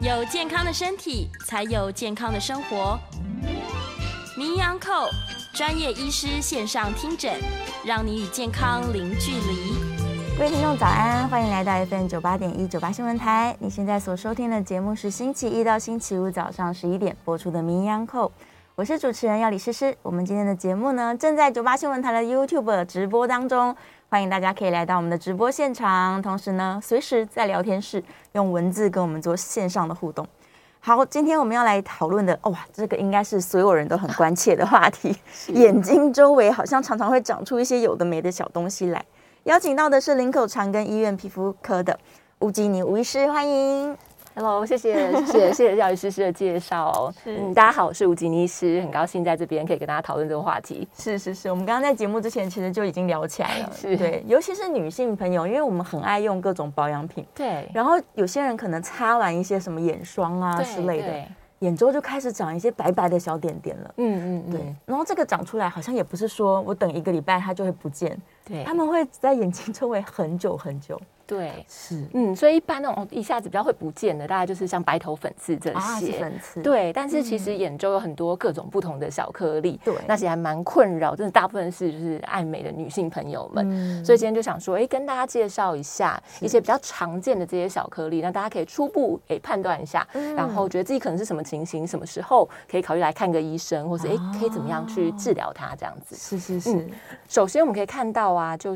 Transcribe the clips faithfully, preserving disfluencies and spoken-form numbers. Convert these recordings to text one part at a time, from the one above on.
有健康的身体，才有健康的生活。名医安扣专业医师线上听诊，让你与健康零距离。 各位听众早安，欢迎来到 F M 九八点一九八新闻台。你现在所收听的节目是星期一到星期五早上十一点播出的名医安扣，我是主持人要李诗诗。我们今天的节目呢，正在九八新闻台的 YouTube 直播当中，欢迎大家可以来到我们的直播现场，同时呢，随时在聊天室用文字跟我们做线上的互动。好，今天我们要来讨论的，哇，这个应该是所有人都很关切的话题。眼睛周围好像常常会长出一些有的没的小东西来。邀请到的是林口长庚医院皮肤科的吴吉妮吴医师，欢迎。 Hello， 谢谢谢谢谢谢廖医师的介绍。嗯，大家好，我是吴吉妮医师，很高兴在这边可以跟大家讨论这个话题。 是是是，我们刚刚在节目之前其实就已经聊起来了。是，对，尤其是女性朋友，因为我们很爱用各种保养品。对。然后有些人可能擦完一些什么眼霜啊之类的，眼周就开始长一些白白的小点点了。嗯嗯，对。然后这个长出来好像也不是说我等一个礼拜它就会不见，对，他们会在眼睛周围很久很久。对，是，嗯， 所以一般那种一下子比较会不见的，大概就是像白头粉刺这些， 啊、是粉刺， 对。但是其实眼周有很多各种不同的小颗粒，对、嗯，那其实还蛮困扰，真的大部分是就是爱美的女性朋友们。嗯、所以今天就想说，哎、欸，跟大家介绍一下一些比较常见的这些小颗粒，那大家可以初步哎、欸、判断一下，嗯、然后觉得自己可能是什么情形，什么时候可以考虑来看个医生，或是哎、欸、可以怎么样去治疗它这样子。 是是是、嗯。 首先我们可以看到啊，就是。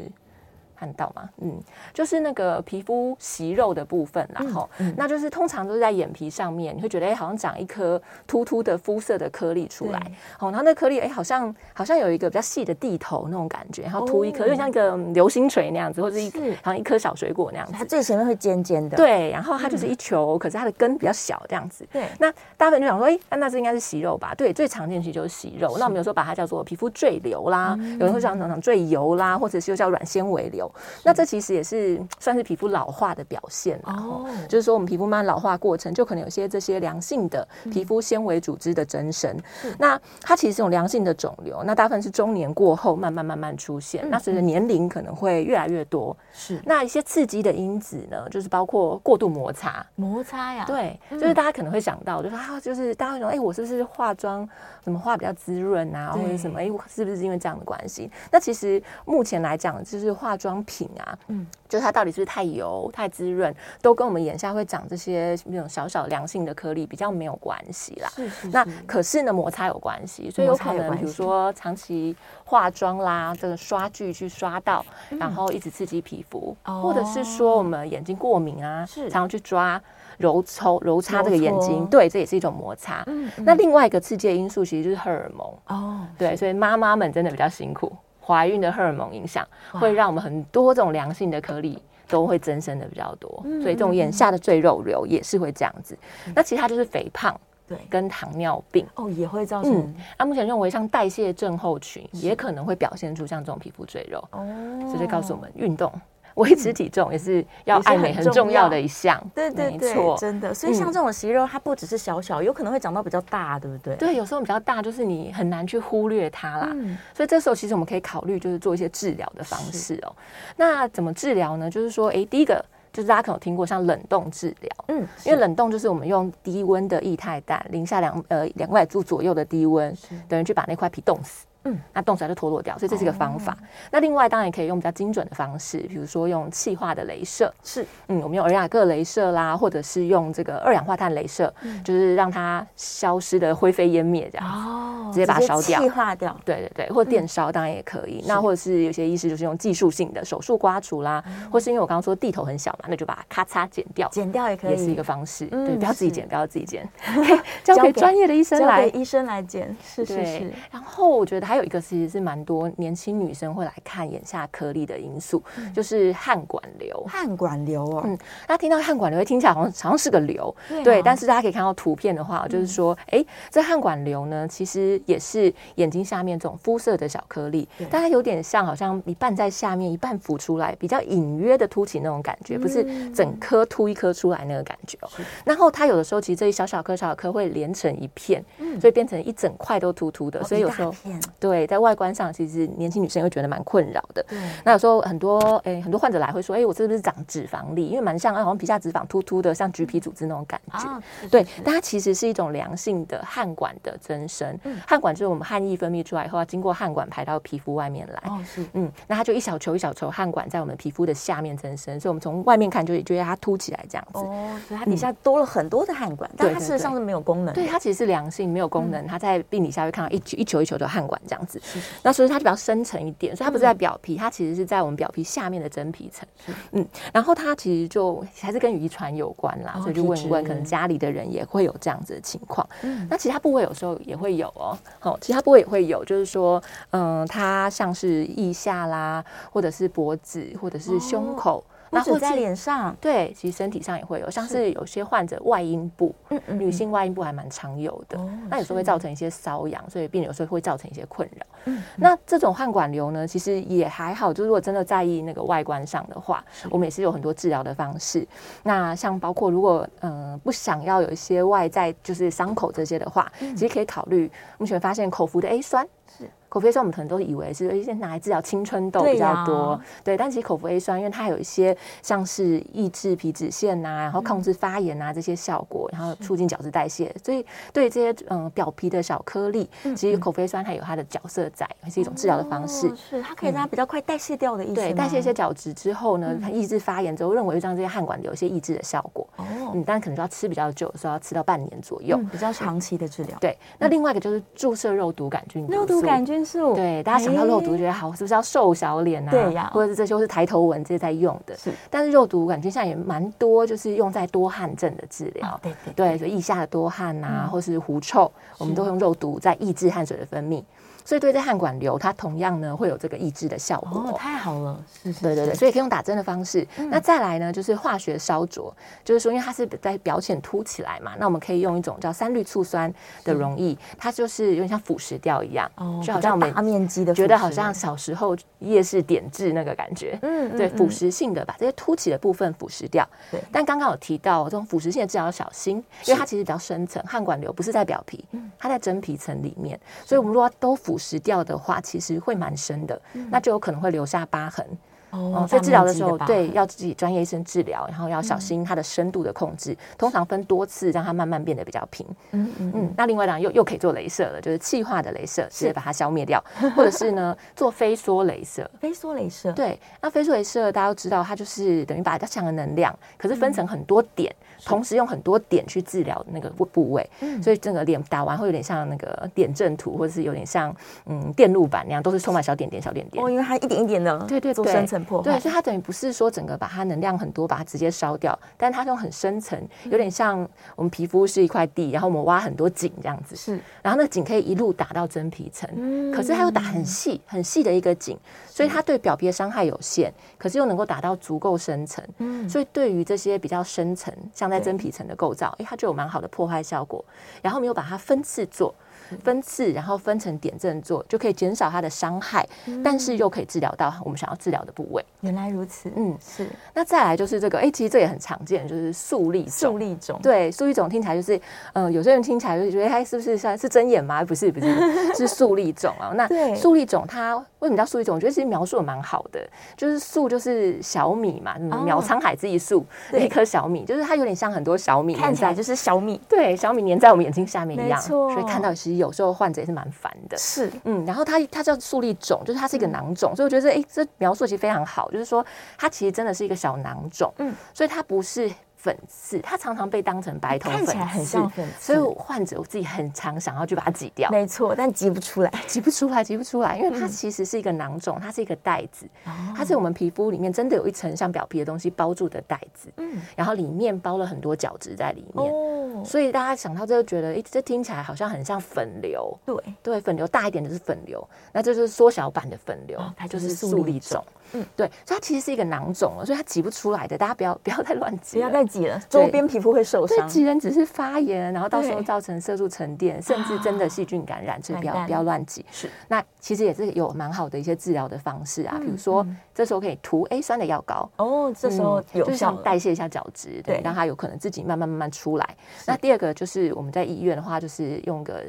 看到吗？嗯，就是那个皮肤息肉的部分啦，哈、嗯嗯，那就是通常都是在眼皮上面，你会觉得哎、欸，好像长一颗突突的肤色的颗粒出来，好，然后那颗粒哎、欸，好像好像有一个比较细的地头那种感觉，然后凸一颗，有点像一个流星锤那样子，或者一好像一颗小水果那样子。 它最前面会尖尖的， 对，然后它就是一球，嗯、可是它的根比较小这样子。对，那大部分就想说，哎、欸，那这应该是息肉吧？对，最常见其实就是息肉。那我们有时候把它叫做皮肤赘瘤啦，嗯、有人会讲讲赘疣啦，或者是又叫软纤维瘤。那这其实也是算是皮肤老化的表现哦，就是说我们皮肤慢慢老化过程，就可能有些这些良性的皮肤纤维组织的增生。嗯、那它其实是种良性的肿瘤，那大部分是中年过后慢慢慢慢出现。嗯、那随着年龄可能会越来越多。是，那一些刺激的因子呢，就是包括过度摩擦。 摩擦呀？ 对，嗯、就是大家可能会想到，就是啊，就是大家会说，哎、欸，我是不是化妆怎么化比较滋润啊，或者什么？哎、欸，是不是因为这样的关系？那其实目前来讲，就是化妆品啊。嗯，就是它到底是不是太油、太滋润，都跟我们眼下会长这些那种小小良性的颗粒比较没有关系啦。是是是。那可是呢，摩擦有关系，所以有可能比如说长期化妆啦，这个刷具去刷到，嗯、然后一直刺激皮肤，哦、或者是说我们眼睛过敏啊，常常去抓。揉抽揉擦这个眼睛，对，这也是一种摩擦。嗯嗯、那另外一个刺激的因素其实就是荷尔蒙哦，对，所以妈妈们真的比较辛苦。怀孕的荷尔蒙影响会让我们很多这种良性的颗粒都会增生的比较多，嗯、所以这种眼下的赘肉瘤也是会这样子。嗯、那其实它就是肥胖，对，跟糖尿病哦也会造成。嗯、 那目前认为像代谢症候群也可能会表现出像这种皮肤赘肉哦，这就告诉我们运动。维持体重也是要爱美很重要的一项， 对对对，没错，真的。所以像这种息肉，它不只是小小，有可能会长到比较大，对不对？ 对，有时候比较大，就是你很难去忽略它啦。嗯、所以这时候其实我们可以考虑，就是做一些治疗的方式哦。那怎么治疗呢？就是说，哎，第一个就是大家可能有听过像冷冻治疗，嗯，因为冷冻就是我们用低温的液态氮，零下两呃两百度左右的低温，等于去把那块皮冻死。嗯，那冻起来就脱落掉，所以这是一个方法。哦、那另外当然也可以用比较精准的方式，比如说用气化的雷射，是，嗯，我们用尔雅各雷射啦，或者是用这个二氧化碳雷射，嗯、就是让它消失的灰飞烟灭这样子，哦，直接把它烧掉， 气化掉， 对对对，或电烧当然也可以。嗯、那或者是有些医师就是用技术性的手术刮除啦，嗯、或是因为我刚刚说地头很小嘛，那就把它咔嚓剪掉， 剪掉也可以， 也是一个方式。嗯、对，不要自己剪，不要自己剪，交给专业的医生来， 交给医生来剪，是是是。 然后我觉得还有一个其实是蛮。蛮多年轻女生会来看眼下颗粒的因素，嗯、就是汗管瘤。 汗管瘤哦，嗯， 大家听到汗管瘤会听起来好像好像是个瘤，对，啊、对，但是大家可以看到图片的话，嗯、就是说，哎、欸，这汗管瘤呢，其实也是眼睛下面这种肤色的小颗粒，但它有点像好像一半在下面，一半浮出来，比较隐约的凸起那种感觉，不是整颗凸一颗出来那个感觉哦。嗯、然后它有的时候其实这一小小颗小小颗会连成一片，嗯、所以变成一整块都凸凸的，哦、所以有时候对，在外观上其实年轻女生会觉得蛮困扰的。那有时候很多诶、欸、很多患者来会说，哎、欸，我是不是长脂肪粒？因为蛮像好像皮下脂肪突突的，像橘皮组织那种感觉。啊、是是是对，但它其实是一种良性的汗管的增生。嗯、汗管就是我们汗液分泌出来以后，要经过汗管排到皮肤外面来。哦，是。嗯，那它就一小球一小球汗管在我们皮肤的下面增生，所以我们从外面看就觉得它凸起来这样子。 哦，所以它底下多了很多的汗管，嗯、但它事实上是没有功能的。 对，它其实是良性，没有功能。嗯、它在病理下会看到一一球一球的汗管这样子。那所以它就比较深层一点，所以它不是在表皮，嗯、它其实是在我们表皮下面的真皮层。嗯，然后它其实就还是跟遗传有关啦，哦、所以就问一问，可能家里的人也会有这样子的情况。嗯，那其他部位有时候也会有哦，好，其他部位也会有，就是说，嗯，它像是腋下啦，或者是脖子，或者是胸口。哦， 那或者在脸上， 对，其实身体上也会有，像是有些患者外阴部，嗯嗯，女性外阴部还蛮常有的，哦、那有时候会造成一些瘙痒，所以病人有时候会造成一些困扰。嗯，那这种汗管瘤呢，其实也还好，就是如果真的在意那个外观上的话，我们也是有很多治疗的方式。那像包括如果嗯、呃、不想要有一些外在就是伤口这些的话，嗯、其实可以考虑目前发现口服的 A 酸。是。口服 A 酸我们可能都以为是一些拿来治疗青春痘比较多，对,、啊、对，但其实口服 A 酸因为它有一些像是抑制皮脂腺呐、啊，然后控制发炎啊这些效果，然后促进角质代谢，所以对这些嗯表皮的小颗粒，其实口服 A 酸它有它的角色在，是一种治疗的方式，哦、 是它可以让它比较快代谢掉的意思吗？ 对，代谢一些角质之后呢，它抑制发炎之后，认为让这些汗管有一些抑制的效果。哦，嗯，但可能就要吃比较久的时候，要吃到半年左右， 嗯、比较长期的治疗。 对，那另外一个就是注射肉毒杆菌毒素， 肉毒杆菌素， 对，大家想到肉毒觉得好，是不是要瘦小脸啊？ 对呀， 或者是这些是抬头纹这些在用的。是，但是肉毒杆菌现在也蛮多，就是用在多汗症的治疗。哦、对对对，所以腋下的多汗啊，嗯、或是狐臭，我们都用肉毒在抑制汗水的分泌。所以对这汗管瘤，它同样呢会有这个抑制的效果。 哦，太好了，是是是， 对对对，所以可以用打针的方式。嗯、那再来呢，就是化学烧灼，就是说，因为它是在表浅凸起来嘛，那我们可以用一种叫三氯醋酸的溶液，它就是有点像腐蚀掉一样，哦、就好像我们大面积的， 觉得好像小时候夜市点痣那个感觉。嗯，对，腐蚀性的把这些凸起的部分腐蚀掉。对，但刚刚有提到这种腐蚀性的治疗要小心，因为它其实比较深层，汗管瘤不是在表皮，它在真皮层里面，所以我们如果都腐蚀掉的话，其实会蛮深的，嗯、那就有可能会留下疤痕。哦，所以治疗的时候，对，要自己专业医生治疗，然后要小心它的深度的控制，嗯、通常分多次，让它慢慢变得比较平。嗯嗯嗯。那另外当然又又可以做雷射了，就是气化的雷射，直接把它消灭掉，或者是呢做飞梭雷射。 飞梭雷射， 对，那飞梭雷射大家都知道，它就是等于把它强的能量，可是分成很多点，嗯、同时用很多点去治疗那个部位，嗯、所以整个脸打完会有点像那个点阵图，或者是有点像嗯电路板那样，都是充满小点点小点点。 哦，因为它一点一点的， 对对对， 做深层。 对，所以它等于不是说整个把它能量很多，把它直接烧掉，但是它用很深层，有点像我们皮肤是一块地，然后我们挖很多井这样子，是，然后那个井可以一路打到真皮层，嗯、可是它又打很细很细的一个井，所以它对表皮的伤害有限，可是又能够打到足够深层，嗯、所以对于这些比较深层，像在真皮层的构造，哎，它就有蛮好的破坏效果，然后我们又把它分次做。分次，然后分成点阵做，就可以减少它的伤害，嗯、但是又可以治疗到我们想要治疗的部位。 原来如此，嗯，是。 那再来就是这个，哎、欸，其实这也很常见，就是粟粒肿。 粟粒肿， 对，粟粒肿听起来就是，呃，有些人听起来就觉得，哎，是不是像是针眼吗？不是，不是，是粟粒肿啊。那粟粒肿它为什么叫粟粒肿？我觉得其实描述的蛮好的，就是粟就是小米嘛，哦、苗沧海之一粟，一颗小米，就是它有点像很多小米， 看起来就是小米， 对，小米粘在我们眼睛下面一样， 没错。 所以看到其实有时候患者也是蛮烦的， 是， 嗯，然后它它叫粟粒肿，就是它是一个囊肿，嗯、所以我觉得哎、欸，这描述其实非常好，就是说它其实真的是一个小囊肿，嗯，所以它不是粉刺，它常常被当成白头粉刺， 看起来很像粉刺， 所以患者我自己很常想要去把它挤掉， 没错，但挤不出来， 挤不出来，挤不出来，因为它其实是一个囊肿，它是一个袋子，嗯、它是我们皮肤里面真的有一层像表皮的东西包住的袋子，嗯，然后里面包了很多角质在里面，哦，所以大家想到这就觉得，哎、欸，这听起来好像很像粉瘤， 对对，粉瘤大一点的是粉瘤，那这就是缩小版的粉瘤，哦、它就是粟粒肿。嗯，对，所以它其实是一个囊肿了，所以它挤不出来的，大家不要不要再乱挤， 不要再挤了，周边皮肤会受伤。 对，挤人只是发炎，然后到时候造成色素沉淀，甚至真的细菌感染，所以不要不要乱挤。是，那其实也是有蛮好的一些治疗的方式啊，比如说这时候可以涂 A 酸的药膏哦，这时候有效，就是想代谢一下角质，对，让它有可能自己慢慢慢慢出来。那第二个就是我们在医院的话，就是用个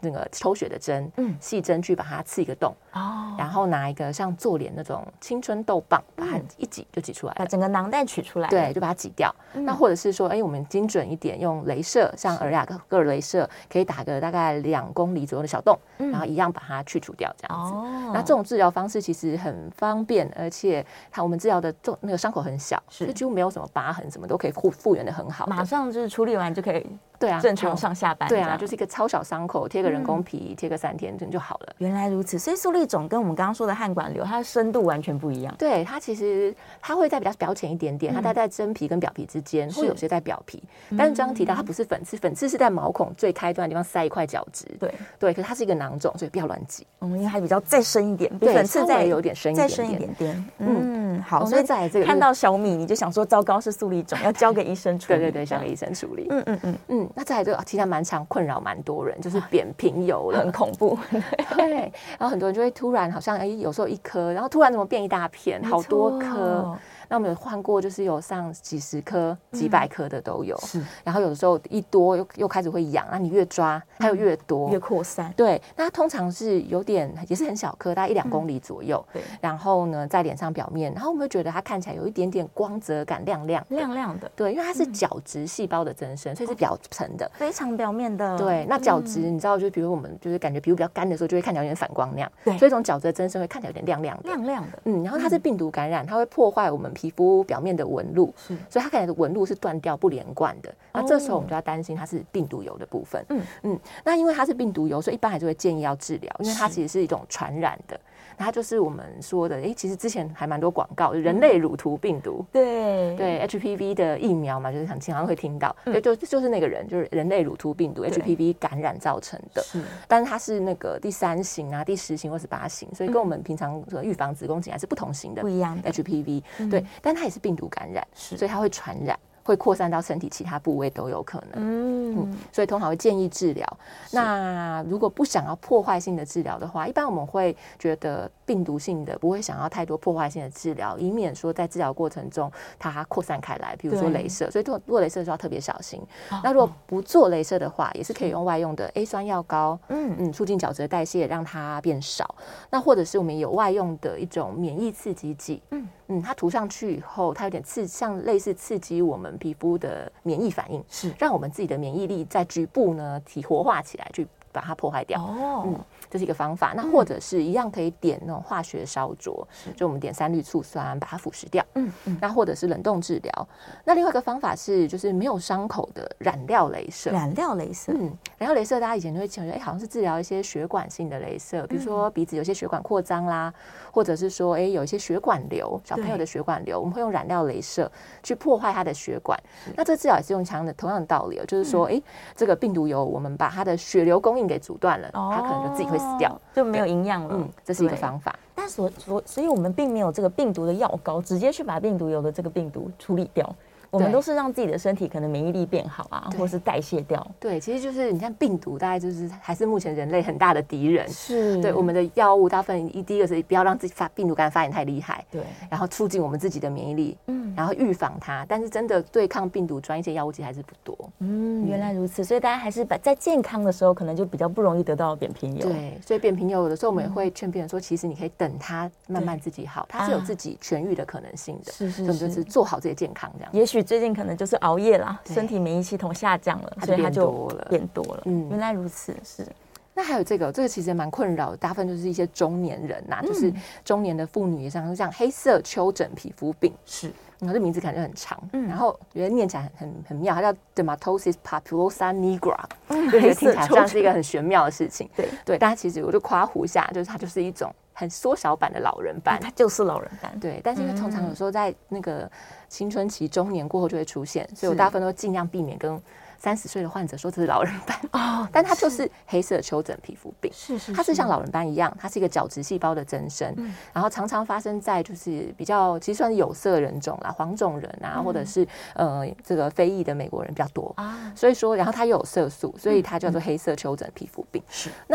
那个抽血的针，嗯，细针去把它刺一个洞，哦，然后拿一个像做脸那种青春痘棒，把它一挤就挤出来了， 把整个囊袋取出来， 对，就把它挤掉。嗯、那或者是说，哎，我们精准一点，用雷射，像尔雅戈尔雷射，可以打个大概两公里左右的小洞，嗯、然后一样把它去除掉，这样子。哦，那这种治疗方式其实很方便，而且它我们治疗的那个伤口很小，是几乎没有什么疤痕，什么都可以复复原的很好， 马上就是处理完就可以。 对啊， 正常上下班。 对啊，就是一个超小伤口，贴个人工皮，贴、嗯、个三天就好了。 原来如此，所以粟粒肿跟我们刚刚说的汗管瘤，它的深度完全不一样。 对，它其实它会在比较表浅一点点，它待在真皮跟表皮之间，或有些在表皮。但是刚刚提到它不是粉刺，粉刺是在毛孔最开端的地方塞一块角质。对对，可是它是一个囊肿，所以不要乱挤。 嗯，因为还比较再深一点，比粉刺再有点深一点， 再深一点点。嗯，好，哦、所以在这个看到小米，你就想说糟糕是粟粒肿，要交给医生处理。 对对对，交给医生处理。嗯嗯嗯嗯，那再来这个其实蛮常困扰蛮多人，就是扁平疣了， 很恐怖。 对，然后很多人就会突然好像哎，有时候一颗，然后突然怎么变一大片，好多颗。那我们有换过，就是有上几十颗、几百颗的都有。是、嗯，然后有的时候一多又又开始会痒，那你越抓它又越多， 嗯、越扩散。 对，那它通常是有点也是很小颗，大概一两公里左右。嗯、对，然后呢，在脸上表面，然后我们会觉得它看起来有一点点光泽感，亮亮亮亮的。 对，因为它是角质细胞的增生，所以是表层的， 非常表面的。 对，那角质、嗯、你知道，就比如我们就是感觉皮肤比较干的时候，就会看起来有点反光那样。对，所以这种角质的增生会看起来有点亮亮的， 亮亮的。 嗯，然后它是病毒感染，它会破坏我们皮肤表面的纹路，所以它看起来的纹路是断掉不连贯的。那这时候我们就要担心它是病毒疣的部分。嗯嗯，那因为它是病毒疣，所以一般还是会建议要治疗，因为它其实是一种传染的。那它就是我们说的，哎、欸，其实之前还蛮多广告，人类乳突病毒， 对对 ，H P V 的疫苗嘛，就是很经常会听到，嗯、就就是那个人，就是人类乳突病毒 H P V 感染造成的，是，但是它是那个第三型啊、第十型或十八型，所以跟我们平常预防子宫颈癌是不同型的， 不一样的 H P V，、嗯、对，但它也是病毒感染，所以它会传染。会扩散到身体其他部位都有可能，嗯嗯，所以通常会建议治疗。那如果不想要破坏性的治疗的话，一般我们会觉得病毒性的不会想要太多破坏性的治疗，以免说在治疗过程中它扩散开来，比如说雷射。所以做做雷射的时候要特别小心。哦、那如果不做雷射的话，也是可以用外用的 A 酸药膏，嗯嗯，促进角质的代谢，让它变少。那或者是我们有外用的一种免疫刺激剂，嗯嗯，它涂上去以后，它有点刺，像类似刺激我们皮肤的免疫反应，是让我们自己的免疫力在局部呢体活化起来，去把它破坏掉。哦，嗯，这是一个方法。那或者是一样可以点那种化学烧灼，就我们点三氯醋酸把它腐蚀掉。嗯嗯。那或者是冷冻治疗。那另外一个方法是，就是没有伤口的染料雷射。 染料雷射， 嗯，染料雷射大家以前就会觉得，哎，好像是治疗一些血管性的雷射，比如说鼻子有些血管扩张啦，或者是说，哎，有一些血管瘤，小朋友的血管瘤，我们会用染料雷射去破坏它的血管。那这治疗也是用同样的同样的道理，就是说，哎，这个病毒疣，我们把它的血流供应给阻断了，它可能就自己会死掉， 就没有营养了。 嗯，这是一个方法。 但所所所以我们并没有这个病毒的药膏，直接去把病毒疣的这个病毒处理掉。我们都是让自己的身体可能免疫力变好啊，或是代谢掉。 对，其实就是你看病毒，大概就是还是目前人类很大的敌人。 是，对我们的药物大部分，第一个是不要让自己发病毒感染发炎太厉害， 对， 然后促进我们自己的免疫力，嗯，然后预防它。但是真的对抗病毒专业药物其实还是不多。 嗯，原来如此，所以大家还是把在健康的时候，可能就比较不容易得到扁平疣。 对，所以扁平疣有的时候我们也会劝病人说，其实你可以等它慢慢自己好，它是有自己痊愈的可能性的。是是是，所以我们就是做好自己的健康这样。 也许最近可能就是熬夜啦，身体免疫系统下降了，所以它就变多了。嗯，原来如此，是。 那还有这个，这个其实蛮困扰的，大部分就是一些中年人呐、啊嗯，就是中年的妇女也像像黑色丘疹皮肤病，是，然后这名字感觉很长，嗯，然后觉得念起来很很很妙，它叫 dermatosis papulosa nigra， 嗯，就觉得听起来像是一个很玄妙的事情，对对，但其实我就夸胡一下，就是它就是一种很缩小版的老人斑， 它就是老人斑， 对，但是因为通常有时候在那个青春期、中年过后就会出现，所以我大部分都尽量避免跟三十岁的患者说这是老人斑哦，但它就是黑色丘疹皮肤病，是是，它是像老人斑一样，它是一个角质细胞的增生，嗯、然后常常发生在就是比较其实算是有色人种啦，黄种人啊，嗯、或者是呃这个非裔的美国人比较多啊，所以说然后它又有色素，所以它叫做黑色丘疹皮肤病。是、嗯、那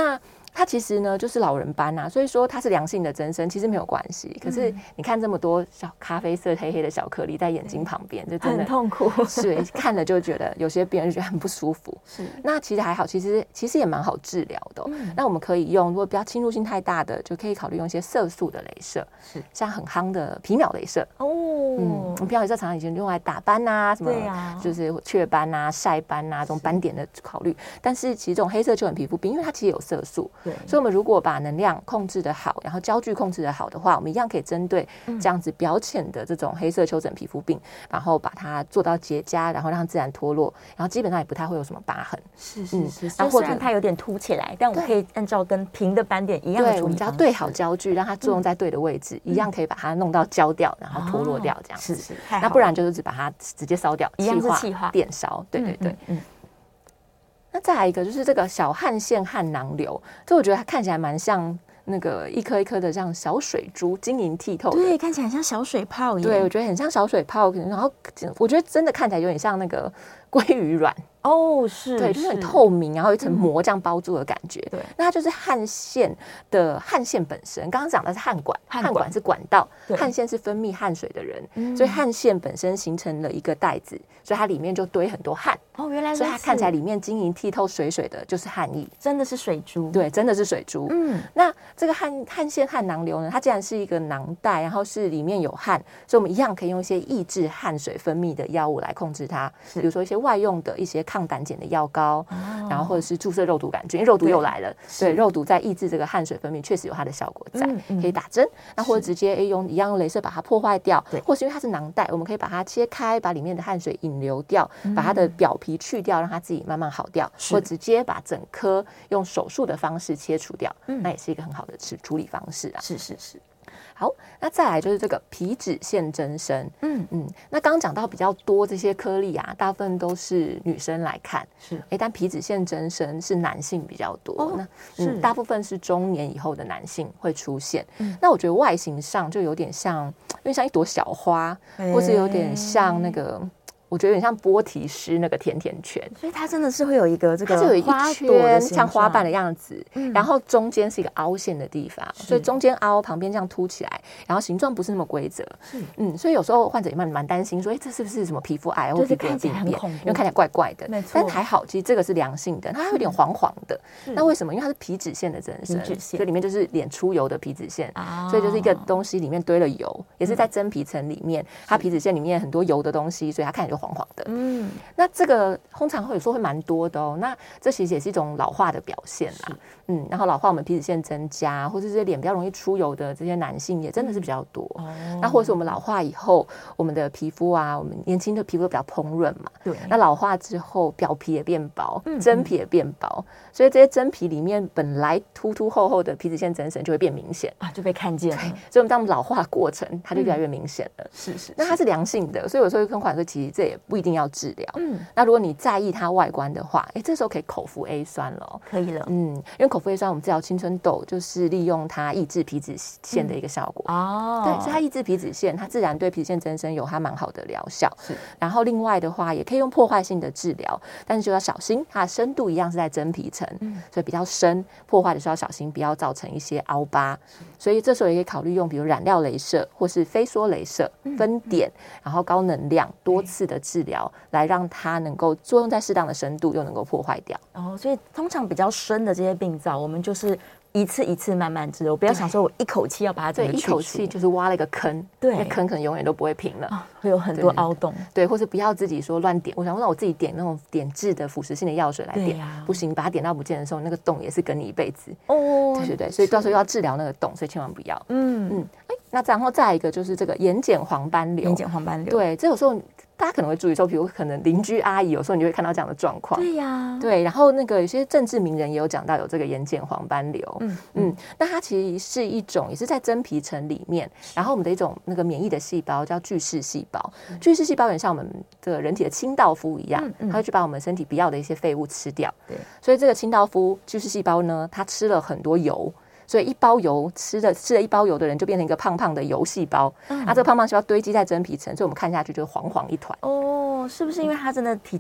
它其实呢就是老人斑啊，所以说它是良性的增生，其实没有关系。可是你看这么多小咖啡色黑黑的小颗粒在眼睛旁边，就真的很痛苦， 是看了就觉得有些病人就觉得很不舒服。是，那其实还好，其实其实也蛮好治疗的、哦嗯。那我们可以用，如果比较侵入性太大的，就可以考虑用一些色素的雷射，是像很夯的皮秒雷射哦。嗯，皮秒雷射常常以前用来打斑啊，什么就是雀斑啊、晒斑啊这种斑点的考虑。但是其实这种黑色丘疹皮肤病，因为它其实有色素。对，所以我们如果把能量控制的好，然后焦距控制的好的话，我们一样可以针对这样子表浅的这种黑色丘疹皮肤病，然后把它做到结痂，然后让它自然脱落，然后基本上也不太会有什么疤痕。 是是是，嗯、然后虽然它有点凸起来，但我可以按照跟平的斑点一样的处理方式。对，我们只要对好焦距，让它作用在对的位置，嗯、一样可以把它弄到焦掉，然后脱落掉这样子。哦、是是，那不然就是只把它直接烧掉，一样是气化电烧。对对对，嗯。嗯嗯那再来一个就是这个小汗腺汗囊瘤，这我觉得它看起来蛮像那个一颗一颗的像小水珠，晶莹剔透的， 对，看起来像小水泡一样。 对，我觉得很像小水泡，然后我觉得真的看起来有点像那个鲑鱼卵。 哦，是， 对，就是很透明，然后有一层膜这样包住的感觉。对、嗯，那它就是汗腺的汗腺本身。刚刚讲的是汗管，汗管, 汗管是管道，汗腺是分泌汗水的人，嗯、所以汗腺本身形成了一个袋子，所以它里面就堆很多汗。 哦，原来是， 所以它看起来里面晶莹剔透、水水的，就是汗液， 真的是水珠。 对，真的是水珠。嗯，那这个汗汗腺汗囊瘤呢，它既然是一个囊袋，然后是里面有汗，所以我们一样可以用一些抑制汗水分泌的药物来控制它，比如说一些外用的一些抗胆碱的药膏，哦、然后或者是注射肉毒杆菌，因为肉毒又来了，对，对肉毒在抑制这个汗水分泌，确实有它的效果在，嗯嗯、可以打针，那或者直接用一样用雷射把它破坏掉，或是因为它是囊袋，我们可以把它切开，把里面的汗水引流掉，嗯、把它的表皮去掉，让它自己慢慢好掉，或直接把整颗用手术的方式切除掉，嗯、那也是一个很好的处处理方式啊。 是是是。 好，那再来就是这个皮脂腺增生，嗯嗯，那刚刚讲到比较多这些颗粒啊，大部分都是女生来看，是，哎，但皮脂腺增生是男性比较多，哦、那嗯，大部分是中年以后的男性会出现。嗯、那我觉得外形上就有点像，因为像一朵小花，欸、或是有点像那个。我觉得有点像波提斯那个甜甜圈， 所以它真的是会有一个这个， 它是有一圈像花瓣的样子，嗯、然后中间是一个凹陷的地方，所以中间凹，旁边这样凸起来，然后形状不是那么规则，嗯，所以有时候患者也蛮蛮担心说，哎，这是不是什么皮肤癌或皮肤病变？因为看起来怪怪的，没错。但还好，其实这个是良性的，它还有点黄黄的。嗯、那为什么？因为它是皮脂腺的增生，所以里面就是脸出油的皮脂腺，啊、所以就是一个东西里面堆了油，也是在真皮层里面，它皮脂腺里面很多油的东西，所以它看起来就黄黄的。嗯，那这个通常会有时候会蛮多的哦。那这其实也是一种老化的表现啦。嗯，然后老化我们皮脂腺增加，或者这些脸比较容易出油的这些男性也真的是比较多。哦，那或者是我们老化以后，我们的皮肤啊，我们年轻的皮肤比较蓬润嘛。对。那老化之后，表皮也变薄，嗯、真皮也变薄，所以这些真皮里面本来凸凸厚厚的皮脂腺增生就会变明显啊，就被看见了。 所以我们当我们老化过程，它就越来越明显了。嗯、是, 是是。那它是良性的，所以有时候跟患者说，其实这也不一定要治疗。嗯。那如果你在意它外观的话，哎，这时候可以口服 A 酸了。 可以了。 嗯，因为口服 A 酸，我们治疗青春痘就是利用它抑制皮脂腺的一个效果。哦、嗯。对，所以它抑制皮脂腺，它自然对皮脂腺增生有它蛮好的疗效。是。然后另外的话，也可以用破坏性的治疗，但是就要小心，它的深度一样是在真皮层，嗯、所以比较深，破坏的时候要小心，不要造成一些凹疤。所以这时候也可以考虑用，比如染料雷射或是飞梭雷射，分点，然后高能量多次的治疗，来让它能够作用在适当的深度，又能够破坏掉。 哦，所以通常比较深的这些病灶，我们就是一次一次慢慢治，我不要想说我一口气要把它整个去除， 一口气就是挖了一个坑，对，那坑可能永远都不会平了，哦、 会有很多凹洞。 对，或是不要自己说乱点，我想让我自己点那种点痣的腐蚀性的药水来点，啊、不行，把它点到不见的时候，那个洞也是跟你一辈子。哦，对对对，所以到时候要治疗那个洞，所以千万不要。嗯嗯，哎，那然后再来一个就是这个眼睑黄斑瘤， 眼睑黄斑瘤， 对，这有时候。大家可能会注意说，比如可能邻居阿姨有时候你就会看到这样的状况。 对呀、啊， 对。然后那个有些政治名人也有讲到有这个眼睑黄斑瘤。嗯嗯，那它其实是一种也是在真皮层里面，然后我们的一种那个免疫的细胞叫巨噬细胞。嗯、巨噬细胞有点像我们的人体的清道夫一样，嗯嗯、它会去把我们身体不要的一些废物吃掉。对。所以这个清道夫巨噬细胞呢，它吃了很多油。所以一包油吃了吃了一包油的人就变成一个胖胖的油细胞，嗯、啊，这个胖胖细胞堆积在真皮层，所以我们看下去就是黄黄一团。 哦，是不是因为它真的体脂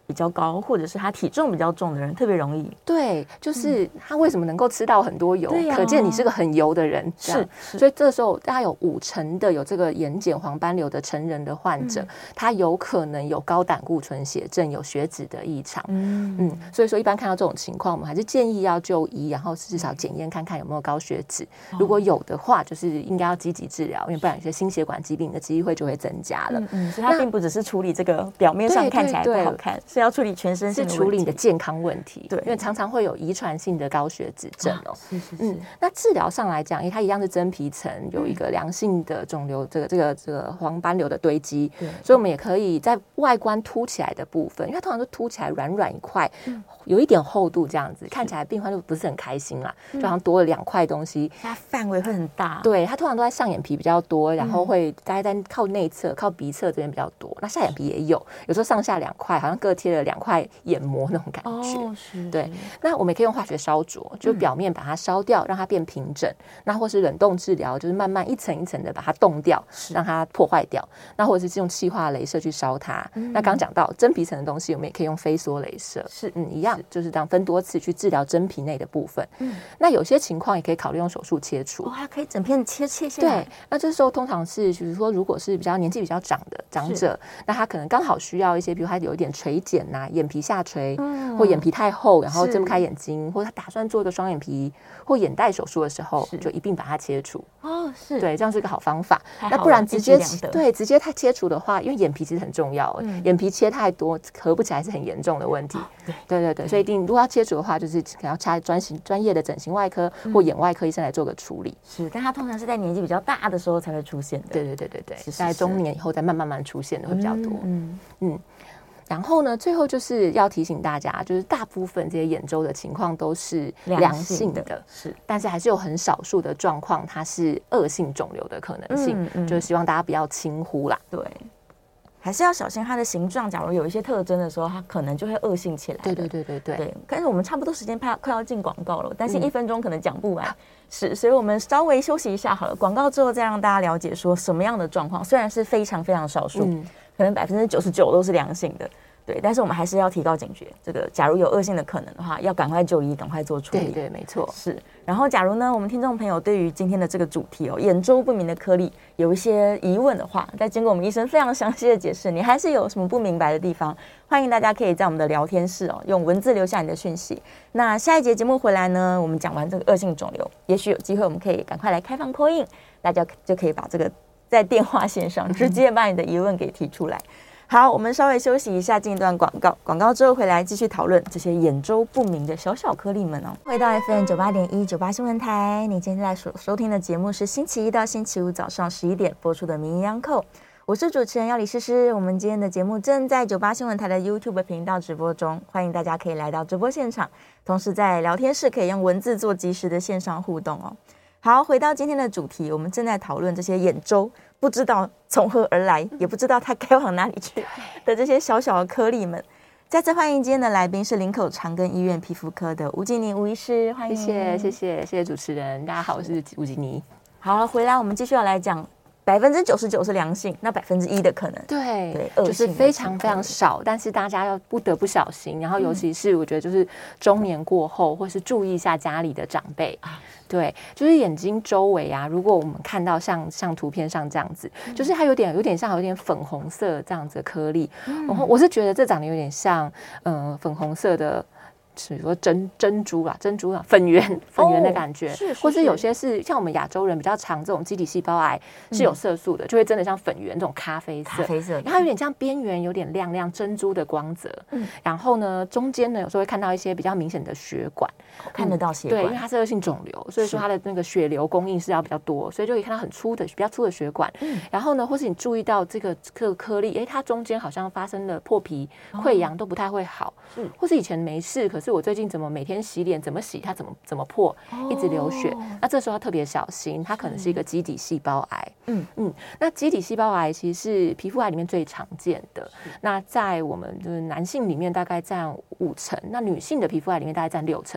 比较高，或者是他体重比较重的人特别容易。 对，就是他为什么能够吃到很多油？ 对啊、 可见你是个很油的人。 是，是所以这时候大概有五成的有这个眼睑黄斑瘤的成人的患者，嗯、他有可能有高胆固醇血症，有血脂的异常。嗯嗯，所以说一般看到这种情况，我们还是建议要就医，然后至少检验看看有没有高血脂。嗯、如果有的话，就是应该要积极治疗，因为不然有些心血管疾病的机会就会增加了。 嗯嗯，所以它并不只是处理这个表面上看起来不好看，是要处理全身性的问题， 是处理你的健康问题。 对， 因为常常会有遗传性的高血脂症哦。 是是是。 嗯，那治疗上来讲，因为它一样是真皮层有一个良性的肿瘤，这个这个这个黄斑瘤的堆积，所以我们也可以在外观凸起来的部分，因为它通常都凸起来软软一块，嗯、有一点厚度这样子，看起来病患就不是很开心啦，就好像多了两块东西， 它范围会很大。 对，它通常都在上眼皮比较多，然后会大概在靠内侧、靠鼻侧这边比较多。那下眼皮也有，有时候上下两块，好像各贴了两块眼膜那种感觉。 哦，是。 对，那我们也可以用化学烧灼，就表面把它烧掉，让它变平整。那或是冷冻治疗，就是慢慢一层一层的把它冻掉，让它破坏掉。那或者是用气化雷射去烧它。嗯、那刚刚讲到真皮层的东西，我们也可以用飞梭雷射， 是嗯一样，就是这样分多次去治疗真皮内的部分。嗯、那有些情况也可以考虑用手术切除。 哦，它可以整片切切下来。 对，那这时候通常是，比如说如果是比较年纪比较长的长者，那他可能刚好需要一些，比如他有一点垂睑呐、啊，眼皮下垂，嗯、或眼皮太厚，然后睁不开眼睛，或者他打算做一个双眼皮或眼袋手术的时候，就一并把它切除。 哦，是对，这样是一个好方法。那不然直接对直接太切除的话，因为眼皮其实很重要，嗯、眼皮切太多合不起来是很严重的问题。哦、对对对对，所以一定如果要切除的话，就是可能要插专型专业的整形外科或眼外科医生来做个处理。 是，但他通常是在年纪比较大的时候才会出现的。 对对对对对，在中年以后再慢慢慢出现的会比较多。嗯嗯。然后呢，最后就是要提醒大家，就是大部分这些眼周的情况都是良性的， 的是， 但是还是有很少数的状况，它是恶性肿瘤的可能性，嗯嗯、就是希望大家不要轻忽啦。 对，还是要小心它的形状，假如有一些特征的时候，它可能就会恶性起来。 对对对对对。 对，但是我们差不多时间快快要进广告了，但是一分钟可能讲不完。嗯是，所以我们稍微休息一下好了。广告之后再让大家了解说什么样的状况，虽然是非常非常少数，嗯、可能百分之九十九都是良性的，对，但是我们还是要提高警觉。这个假如有恶性的可能的话，要赶快就医，赶快做处理。 对对，没错。 是，然后假如呢，我们听众朋友对于今天的这个主题哦，眼周不明的颗粒有一些疑问的话，在经过我们医生非常详细的解释，你还是有什么不明白的地方，欢迎大家可以在我们的聊天室哦，用文字留下你的讯息。那下一节节目回来呢，我们讲完这个恶性肿瘤，也许有机会我们可以赶快来开放 call in， 大家就可以把这个在电话线上直接把你的疑问给提出来。好，我们稍微休息一下，进一段广告。广告之后回来继续讨论这些眼周不明的小小颗粒们哦。回到 F M 九八点一九八新闻台，你现在所收听的节目是星期一到星期五早上十一点播出的《名医央叩》，我是主持人要李诗诗。我们今天的节目正在九八新闻台的 YouTube 频道直播中，欢迎大家可以来到直播现场，同时在聊天室可以用文字做即时的线上互动哦。好，回到今天的主题，我们正在讨论这些眼周不知道从何而来，也不知道它该往哪里去的这些小小的颗粒们。再次欢迎今天的来宾是林口长庚医院皮肤科的吴吉妮吴医师，欢迎。 谢谢谢谢谢谢主持人，大家好，我是吴吉妮。 好，回来我们继续要来讲。百分之九十九是良性，那百分之一的可能， 对对，就是非常非常少，但是大家要不得不小心。然后尤其是我觉得就是中年过后，或是注意一下家里的长辈。对，就是眼睛周围啊，如果我们看到像像图片上这样子，就是它有点有点像有点粉红色这样子的颗粒，嗯、然后我是觉得这长得有点像呃粉红色的。比如说珍珍珠啦，珍珠啦，粉圆粉圆的感觉，哦、是是是，或是有些是像我们亚洲人比较常这种基底细胞癌是有色素的，嗯、就会真的像粉圆这种咖啡色，咖啡色，然后有点像边缘有点亮亮珍珠的光泽，嗯、然后呢中间呢有时候会看到一些比较明显的血管， 看得到血管， 对，因为它是恶性肿瘤，所以说它的那个血流供应是要比较多，所以就可以看到很粗的比较粗的血管，嗯、然后呢，或是你注意到这个这个颗粒，哎，它中间好像发生了破皮、溃疡，都不太会好，嗯、或是以前没事，可是我最近怎么每天洗脸怎么洗它怎么怎么破，一直流血，那这时候要特别小心，它可能是一个基底细胞癌。嗯嗯，那基底细胞癌其实是皮肤癌里面最常见的，那在我们就是男性里面大概占五成，那女性的皮肤癌里面大概占六成。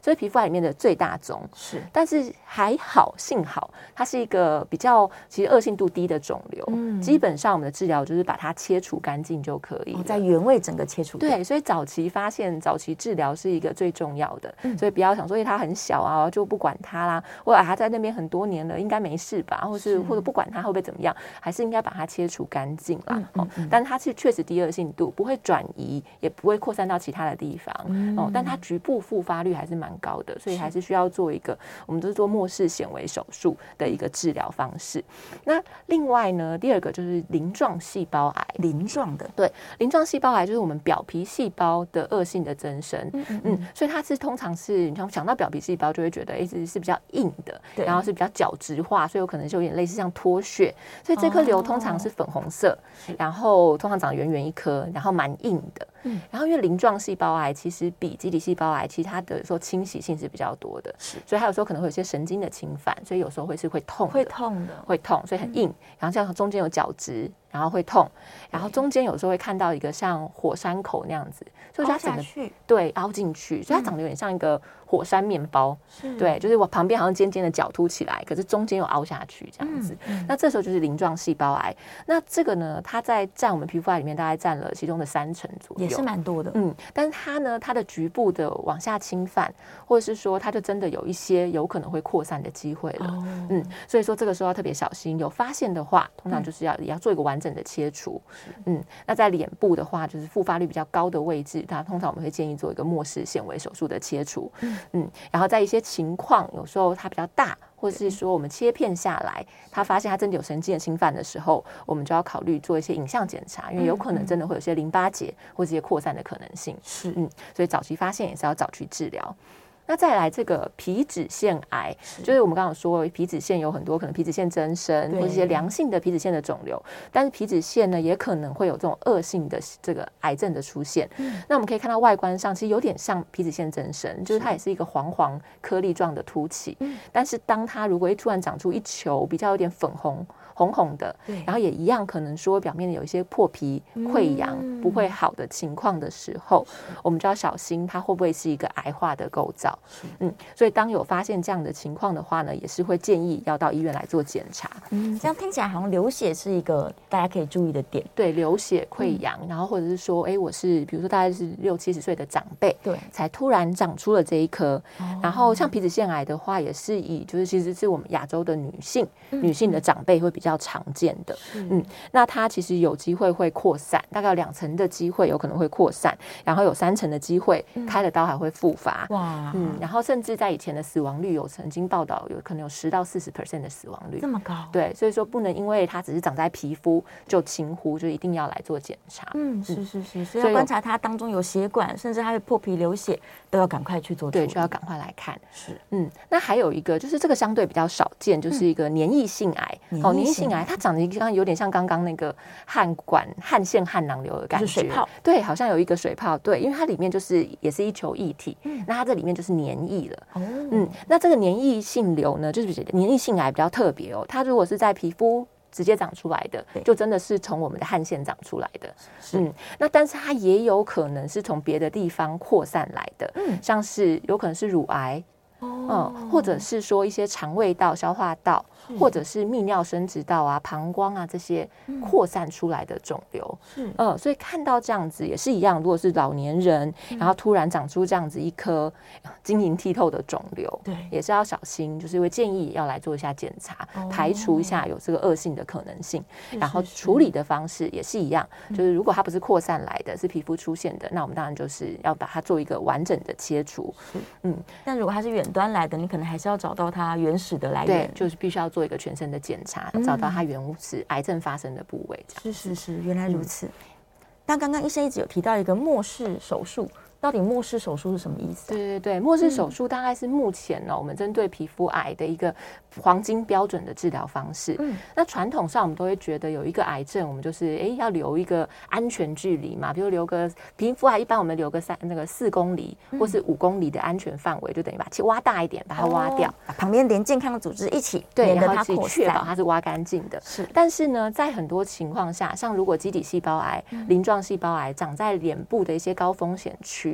所以皮肤癌里面的最大宗。 是， 但是还好，幸好它是一个比较其实恶性度低的肿瘤，嗯，基本上我们的治疗就是把它切除干净就可以了， 哦，在原位整个切除。 对，所以早期发现、早期治疗是一个最重要的，嗯，所以不要想说，因为它很小啊，就不管它啦，或者它在那边很多年了，应该没事吧，或是, 是或者不管它会不会怎么样，还是应该把它切除干净啦。嗯嗯嗯，但是它是确实低恶性度，不会转移，也不会扩散到其他的地方，嗯，哦，但它局部复发率还是蛮高的，所以还是需要做一个，我们都是做末氏显微手术的一个治疗方式。那另外呢，第二个就是鳞状细胞癌， 鳞状的， 对，鳞状细胞癌就是我们表皮细胞的恶性的增生，嗯, 嗯, 嗯所以它是通常是，你想到表皮细胞就会觉得，哎，是是比较硬的，然后是比较角质化，所以有可能就有点类似像脱屑，所以这颗瘤通常是粉红色，哦，然后通常长圆圆一颗，然后蛮硬的。嗯，然后因为鳞状细胞癌其实比基底细胞癌，其实它的说清洗性是比较多的，所以它有时候可能会有些神经的侵犯，所以有时候会是会痛的， 会痛的，会痛，所以很硬，嗯，然后像中间有角质，然后会痛，然后中间有时候会看到一个像火山口那样子，所以它整个对凹进去，所以它长得有点像一个火山面包，嗯，对，就是我旁边好像尖尖的角凸起来，可是中间又凹下去这样子，嗯嗯，那这时候就是鳞状细胞癌。那这个呢，它在占我们皮肤癌里面大概占了其中的三成左右， 也是蛮多的， 嗯，但是它呢，它的局部的往下侵犯，或者是说它就真的有一些有可能会扩散的机会了，哦，嗯，所以说这个时候要特别小心，有发现的话，通常就是要，嗯，也要做一个完整的切除，嗯，那在脸部的话，就是复发率比较高的位置，它通常我们会建议做一个末氏显微手术的切除，嗯嗯，然后在一些情况，有时候它比较大，或者是说我们切片下来，它发现它真的有神经的侵犯的时候，我们就要考虑做一些影像检查，因为有可能真的会有些淋巴结或者一些扩散的可能性，是，嗯，所以早期发现也是要早去治疗。那再来这个皮脂腺癌，就是我们刚刚说皮脂腺有很多可能皮脂腺增生或者一些良性的皮脂腺的肿瘤，但是皮脂腺呢也可能会有这种恶性的这个癌症的出现，嗯，那我们可以看到外观上其实有点像皮脂腺增生，就是它也是一个黄黄颗粒状的凸起，嗯，但是当它如果突然长出一球比较有点粉红红红的，然后也一样可能说表面有一些破皮溃疡，嗯，不会好的情况的时候，我们就要小心它会不会是一个癌化的构造，嗯，所以当有发现这样的情况的话呢，也是会建议要到医院来做检查。 嗯，这样听起来好像流血是一个大家可以注意的点。 对，流血溃疡，嗯，然后或者是说，哎，我是比如说大概是六七十岁的长辈，对，才突然长出了这一颗，哦，然后像皮脂腺癌的话，也是以就是其实是我们亚洲的女性，嗯，女性的长辈会比较常见的，嗯，那它其实有机会会扩散，大概有两成的机会有可能会扩散，然后有三成的机会，嗯，开了刀还会复发，哇，嗯，然后甚至在以前的死亡率有曾经报道，有可能有十到四十 percent 的死亡率， 这么高， 对，所以说不能因为它只是长在皮肤就轻忽，就一定要来做检查， 嗯，是是是，所以要观察它当中有血管，甚至它会破皮流血，都要赶快去做处理， 对，就要赶快来看，是，嗯，那还有一个就是这个相对比较少见，就是一个黏液性癌，哦，黏液性癌它长得刚刚有点像刚刚那个汗管汗腺汗囊瘤的感觉， 水泡， 对，好像有一个水泡，对，因为它里面就是也是一球液体，嗯，那它这里面就是黏液了，哦，嗯，那这个黏液性瘤呢，就是黏液性癌比较特别哦，它如果是在皮肤直接长出来的，就真的是从我们的汗腺长出来的，嗯，那但是它也有可能是从别的地方扩散来的，嗯，像是有可能是乳癌。哦、嗯，或者是说一些肠胃道、消化道，或者是泌尿生殖道啊、膀胱啊这些扩散出来的肿瘤，嗯、呃，所以看到这样子也是一样，如果是老年人，嗯、然后突然长出这样子一颗晶莹剔透的肿瘤，对，也是要小心，就是会建议要来做一下检查，哦、排除一下有这个恶性的可能性，然后处理的方式也是一样，就是如果它不是扩散来的，是皮肤出现的，那我们当然就是要把它做一个完整的切除， 嗯，但如果它是远端来的，你可能还是要找到它原始的来源， 对，就是必须要做一个全身的检查，嗯、找到它原始癌症发生的部位。 是是是，原来如此。嗯、但刚刚医生一直有提到一个末氏手术。到底末氏手术是什么意思、啊？ 对对对，末氏手术大概是目前呢、哦，我们针对皮肤癌的一个黄金标准的治疗方式。嗯，那传统上我们都会觉得有一个癌症，我们就是哎要留一个安全距离嘛，比如留个皮肤癌，一般我们留个三那个四公里或是五公里的安全范围，就等于把它挖大一点，把它挖掉， 把旁边连健康的组织一起， 对， 然后确保它是挖干净的。是，但是呢，在很多情况下，像如果基底细胞癌、鳞状细胞癌长在脸部的一些高风险区。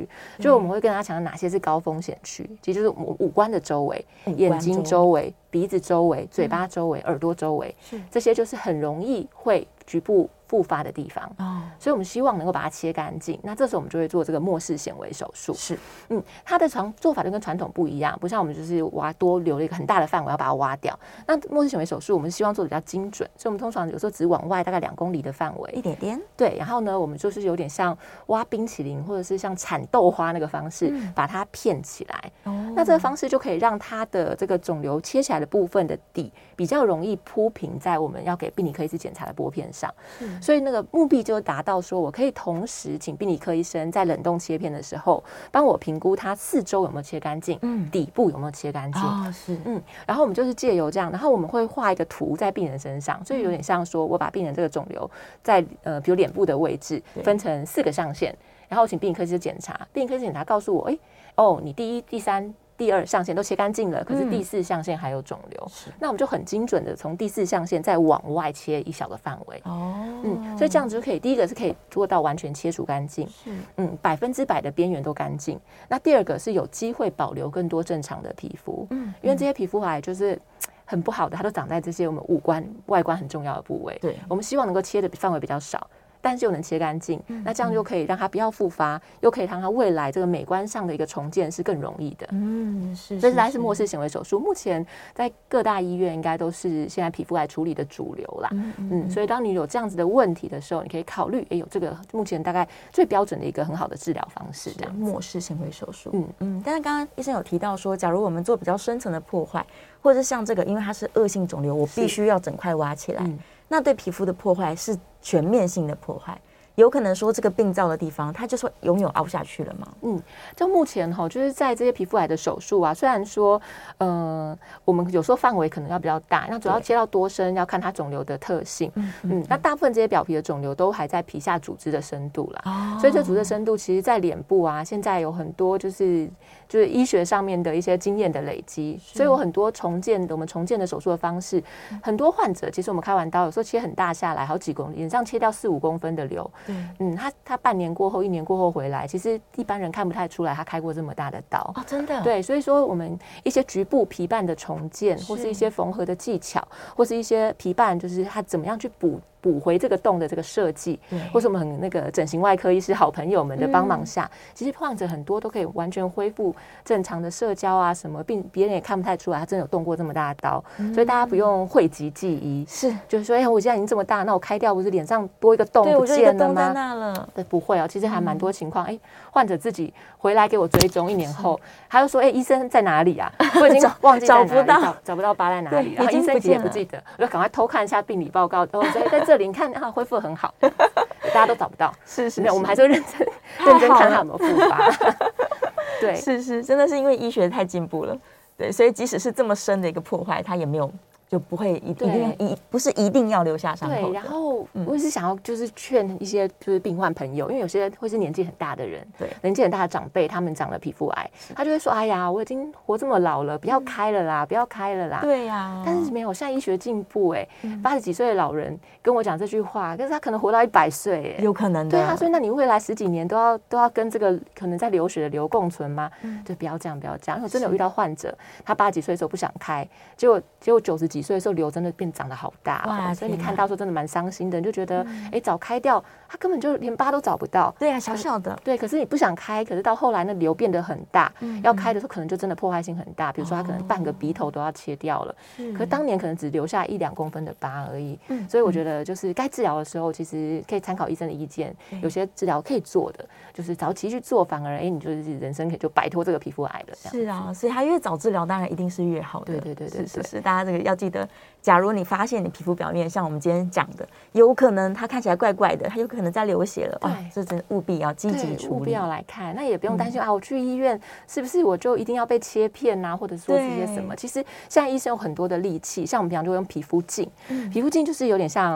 区，就我们会跟大家强调哪些是高风险区，其实就是五五官的周围、眼睛周围、鼻子周围、嘴巴周围、耳朵周围，这些就是很容易会局部复发的地方，哦，所以我们希望能够把它切干净。那这时候我们就会做这个末氏显微手术。 是， 嗯，它的传做法就跟传统不一样，不像我们就是挖多留了一个很大的范围要把它挖掉。那末氏显微手术我们希望做的比较精准，所以我们通常有时候只往外大概两公里的范围， 一点点。 对，然后呢，我们就是有点像挖冰淇淋或者是像铲豆花那个方式，嗯，把它片起来。哦，那这个方式就可以让它的这个肿瘤切起来的部分的底比较容易铺平在我们要给病理科医师检查的玻片上。嗯，所以那个目的就达到说，我可以同时请病理科医生在冷冻切片的时候，帮我评估它四周有没有切干净，嗯，底部有没有切干净， 哦，是， 嗯，然后我们就是借由这样，然后我们会画一个图在病人身上，所以有点像说我把病人这个肿瘤在呃，比如脸部的位置分成四个象限，然后请病理科医师检查，病理科医师检查告诉我，哎，哦，你第一、第三。第二象限都切干净了，可是第四象限还有肿瘤，嗯，那我们就很精准的从第四象限再往外切一小个范围，哦，嗯，所以这样子就可以，第一个是可以做到完全切除干净，嗯，百分之百的边缘都干净。那第二个是有机会保留更多正常的皮肤，嗯，因为这些皮肤癌就是很不好的，它都长在这些我们五官外观很重要的部位，对，我们希望能够切的范围比较少。但是又能切干净，嗯，那这样就可以让它不要复发，嗯，又可以让它未来这个美观上的一个重建是更容易的。嗯，是，所以它是末氏显微手术，目前在各大医院应该都是现在皮肤癌处理的主流啦。嗯，嗯嗯，所以当你有这样子的问题的时候，你可以考虑，哎，有这个目前大概最标准的一个很好的治疗方式，这样末氏显微手术。嗯嗯，但是刚刚医生有提到说，假如我们做比较深层的破坏，或者是像这个，因为它是恶性肿瘤，我必须要整块挖起来，嗯，那对皮肤的破坏是全面性的破坏。有可能说这个病灶的地方，它就是永远凹下去了吗？嗯， 就目前哈，就是在这些皮肤癌的手术啊，虽然说，呃，我们有时候范围可能要比较大，那主要切到多深要看它肿瘤的特性。嗯 嗯, 嗯，那大部分这些表皮的肿瘤都还在皮下组织的深度啦，哦，所以这组织的深度其实在脸部啊，现在有很多就是就是医学上面的一些经验的累积，所以有很多重建的我们重建的手术的方式，嗯，很多患者其实我们开完刀有时候切很大下来，好几公里，脸上切掉四五公分的瘤。嗯，他他半年过后、一年过后回来，其实一般人看不太出来他开过这么大的刀哦，真的。 对，所以说我们一些局部皮瓣的重建，或是一些缝合的技巧，或是一些皮瓣，就是他怎么样去补。补回这个洞的这个设计，或是我们很那个整形外科医师好朋友们的帮忙下，嗯，其实患者很多都可以完全恢复正常的社交啊什么，并别人也看不太出来他真的有动过这么大的刀，嗯，所以大家不用讳疾忌医，是就是说，哎，我现在已经这么大，那我开掉不是脸上多一个洞不见了吗？ 在那了， 对，不会哦，其实还蛮多情况，哎，嗯，患者自己回来给我追踪，一年后他就说，哎，医生在哪里啊？我已经忘记找不到， 找找不到疤在哪里，然后医生也不记得，我就赶快偷看一下病理报告，哦，所以在这里你看啊，恢复很好，大家都找不到， 是是， 没有，我们还是会认真认真看它有没有复发。对， 是是，真的是因为医学太进步了，对，所以即使是这么深的一个破坏，它也没有。就不会一定一不是一定要留下伤口。 对，然后我也是想要就是劝一些就是病患朋友，因为有些会是年纪很大的人，对，年纪很大的长辈，他们长了皮肤癌，他就会说：“哎呀，我已经活这么老了，不要开了啦，不要开了啦。” 对呀， 但是没有，现在医学进步，哎，八十几岁的老人跟我讲这句话，但是他可能活到一百岁，哎， 有可能的。 对啊，所以那你未来十几年都要都要跟这个可能在流血的瘤共存吗？就不要这样，不要这样。因为我真的有遇到患者，他八十几岁的时候不想开，结果结果九十几岁的时候瘤真的变长得好大，哇！所以你看到说真的蛮伤心的，你就觉得哎、嗯，早开掉，他根本就连疤都找不到。 对啊，小小的。 对，可是你不想开，可是到后来那瘤变得很大，嗯、要开的时候可能就真的破坏性很大。比如说他可能半个鼻头都要切掉了，哦、可是当年可能只留下一两公分的疤而已。嗯、所以我觉得就是该治疗的时候，其实可以参考医生的意见，嗯、有些治疗可以做的，就是早期去做，反而哎，你就是人生可以就摆脱这个皮肤癌了。 是啊，所以他越早治疗，当然一定是越好的。 对对对对， 是是是，大家这个要记得。假如你发现你皮肤表面像我们今天讲的，有可能它看起来怪怪的，它有可能在流血了，哇，这真的务必要积极处理， 务必要来看。那也不用担心、嗯、啊，我去医院是不是我就一定要被切片啊，或者说这些什么？其实现在医生有很多的利器，像我们平常就会用皮肤镜，嗯、皮肤镜就是有点像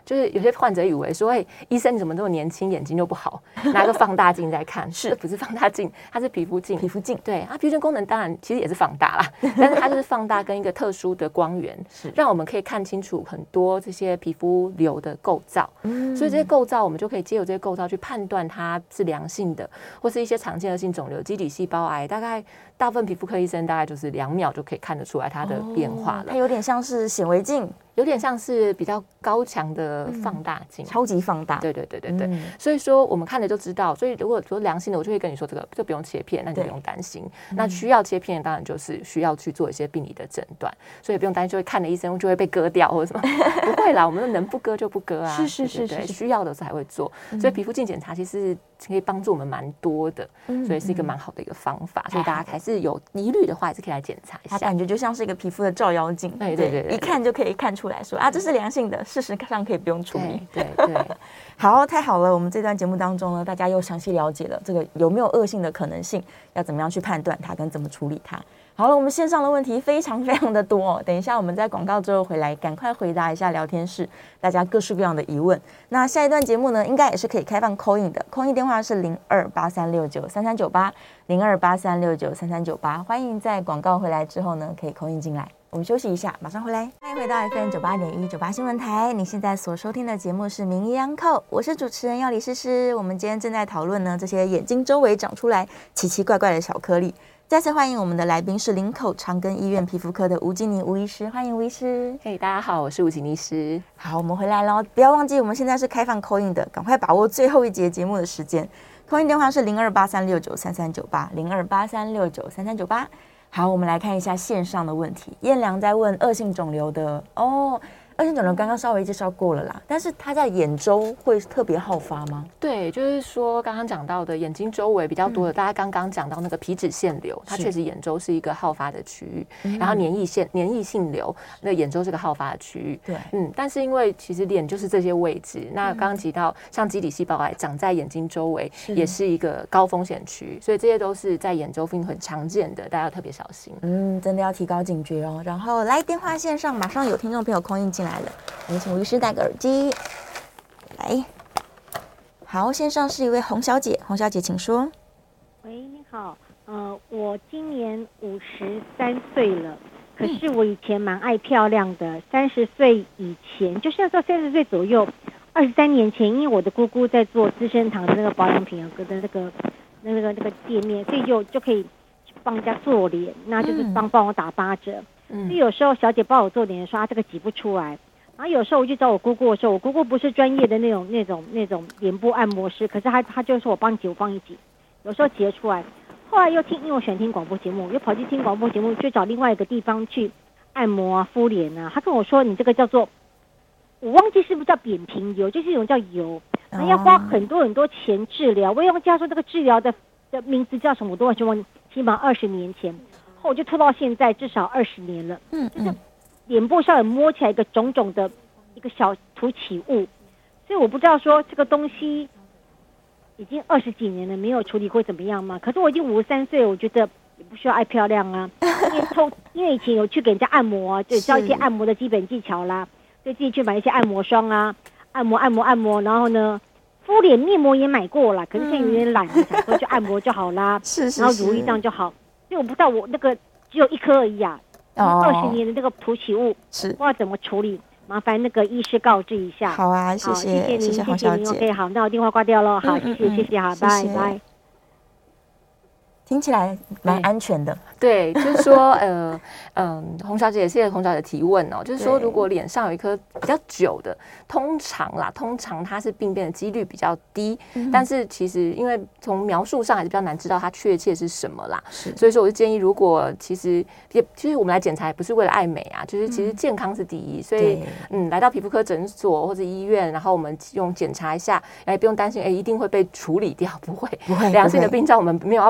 就是有些患者以为说，哎、欸，医生你怎么这么年轻，眼睛就不好，拿个放大镜在看，是不是放大镜？它是皮肤镜， 皮肤镜， 对，它皮肤镜功能当然其实也是放大啦，但是它就是放大跟一个特殊的光源，是让我们可以看清楚很多这些皮肤瘤的构造，嗯，所以这些构造我们就可以借由这些构造去判断它是良性的，或是一些常见的性肿瘤、基底细胞癌，大概大部分皮肤科医生大概就是两秒就可以看得出来它的变化了，哦， 它有点像是显微镜。 有点像是比较高强的放大镜，嗯， 超级放大。 对对对对对，嗯，所以说我们看了就知道。所以如果说良性的，我就会跟你说这个就不用切片，那就不用担心。那需要切片，当然就是需要去做一些病理的诊断，所以不用担心，就会看了医生就会被割掉或者什么，不会啦，我们能不割就不割啊。 是是是 是, 是， 需要的才会做。嗯，所以皮肤镜检查其实可以帮助我们蛮多的，嗯，所以是一个蛮好的一个方法。嗯，所以大家还是有疑虑的话，还是可以来检查一下。 它感觉就像是一个皮肤的照妖镜， 对对 对, 对, 对， 一看就可以看出来说啊，这是良性的，事实上可以不用处理。 对 对, 对好，太好了！我们这段节目当中呢，大家又详细了解了这个有没有恶性的可能性，要怎么样去判断它，跟怎么处理它。好了，我们线上的问题非常非常的多，哦，等一下我们在广告之后回来，赶快回答一下聊天室大家各式各样的疑问。那下一段节目呢，应该也是可以开放 call in 的 ，call in 电话是零二八三六九三三九八零二八三六九三三九八，欢迎在广告回来之后呢，可以 call in 进来。我们休息一下，马上回来。欢迎回到 F M 九八点一九八新闻台，你现在所收听的节目是名医央叩，我是主持人药理诗诗。我们今天正在讨论呢，这些眼睛周围长出来奇奇怪怪的小颗粒。再次欢迎我们的来宾是林口长庚医院皮肤科的吴金妮吴医师，欢迎吴医师。 嘿， hey, 大家好，我是吴金妮医师。 好，我们回来了，不要忘记我们现在是开放 call in 的，赶快把握最后一节节目的时间。call in 电话是零二八三六九三三九八零二八三六九三三九八。好，我们来看一下线上的问题。燕良在问恶性肿瘤的哦，恶性肿瘤刚刚稍微介绍过了啦，但是它在眼周会特别好发吗？ 对，就是说刚刚讲到的眼睛周围比较多的，嗯，大家刚刚讲到那个皮脂腺瘤，它确实眼周是一个好发的区域，嗯，然后黏液腺黏液性瘤，那眼周是个好发的区域。 对， 嗯，但是因为其实脸就是这些位置，那刚刚提到像基底细胞癌长在眼睛周围，是也是一个高风险区，所以这些都是在眼周附近很常见的，大家要特别小心。 嗯，真的要提高警觉哦。然后来电话线上，马上有听众朋友空印进来了，我们请吴医师戴个耳机。来，好，线上是一位洪小姐，洪小姐请说。 喂，你好，呃，我今年五十三岁了，可是我以前蛮爱漂亮的，三十岁以前，就是那时候三十岁左右，二十三年前，因为我的姑姑在做资生堂的那个保养品的那个那个那个店面，所以就就可以帮人家做脸，那就是帮帮我打八折。嗯，所以有时候小姐帮我做脸的时候，她这个挤不出来。然后有时候我去找我姑姑的时候，我姑姑不是专业的那种那种那种脸部按摩师，可是她她就说我帮你挤，我帮你挤，有时候挤得出来。后来又听，因为我喜欢听广播节目，又跑去听广播节目，去找另外一个地方去按摩啊、敷脸啊。他跟我说，你这个叫做，我忘记是不是叫扁平疣，就是一种叫疣，然后要花很多很多钱治疗。我也忘记他说这个治疗的的名字叫什么，我都忘记忘记，起码二十年前，后我就拖到现在，至少二十年了。嗯嗯。就是脸部上有摸起来一个肿肿的一个小凸起物，所以我不知道说这个东西已经二十几年了没有处理过怎么样嘛？可是我已经五十三岁，我觉得也不需要爱漂亮啊，因为偷因为以前有去给人家按摩啊，就教一些按摩的基本技巧啦，所以自己去买一些按摩霜啊，按摩按摩按摩，然后呢敷脸面膜也买过了，可是现在有点懒，想说就按摩就好啦， 是是是， 然后乳液这样就好，所以我不知道我那个只有一颗而已啊。二十年的这个凸起物是不知道怎么处理，麻烦那个医师告知一下。 好啊，谢谢， 谢谢您， 谢谢洪小姐。 OK， 好，那我电话挂掉了。好，谢谢，谢谢，好，拜拜。 听起来蛮安全的。 对，就是说，呃，嗯，洪小姐，谢谢洪小姐提问哦。就是说，如果脸上有一颗比较久的，通常啦，通常它是病变的几率比较低，嗯、但是其实因为从描述上还是比较难知道它确切是什么啦。所以说，我就建议，如果其实也其实我们来检查也不是为了爱美啊，就是其实健康是第一。嗯、所以，嗯，来到皮肤科诊所或者医院，然后我们用检查一下，哎，不用担心，哎，一定会被处理掉，不会， 不会， 良性的病灶我们没有要把它处理。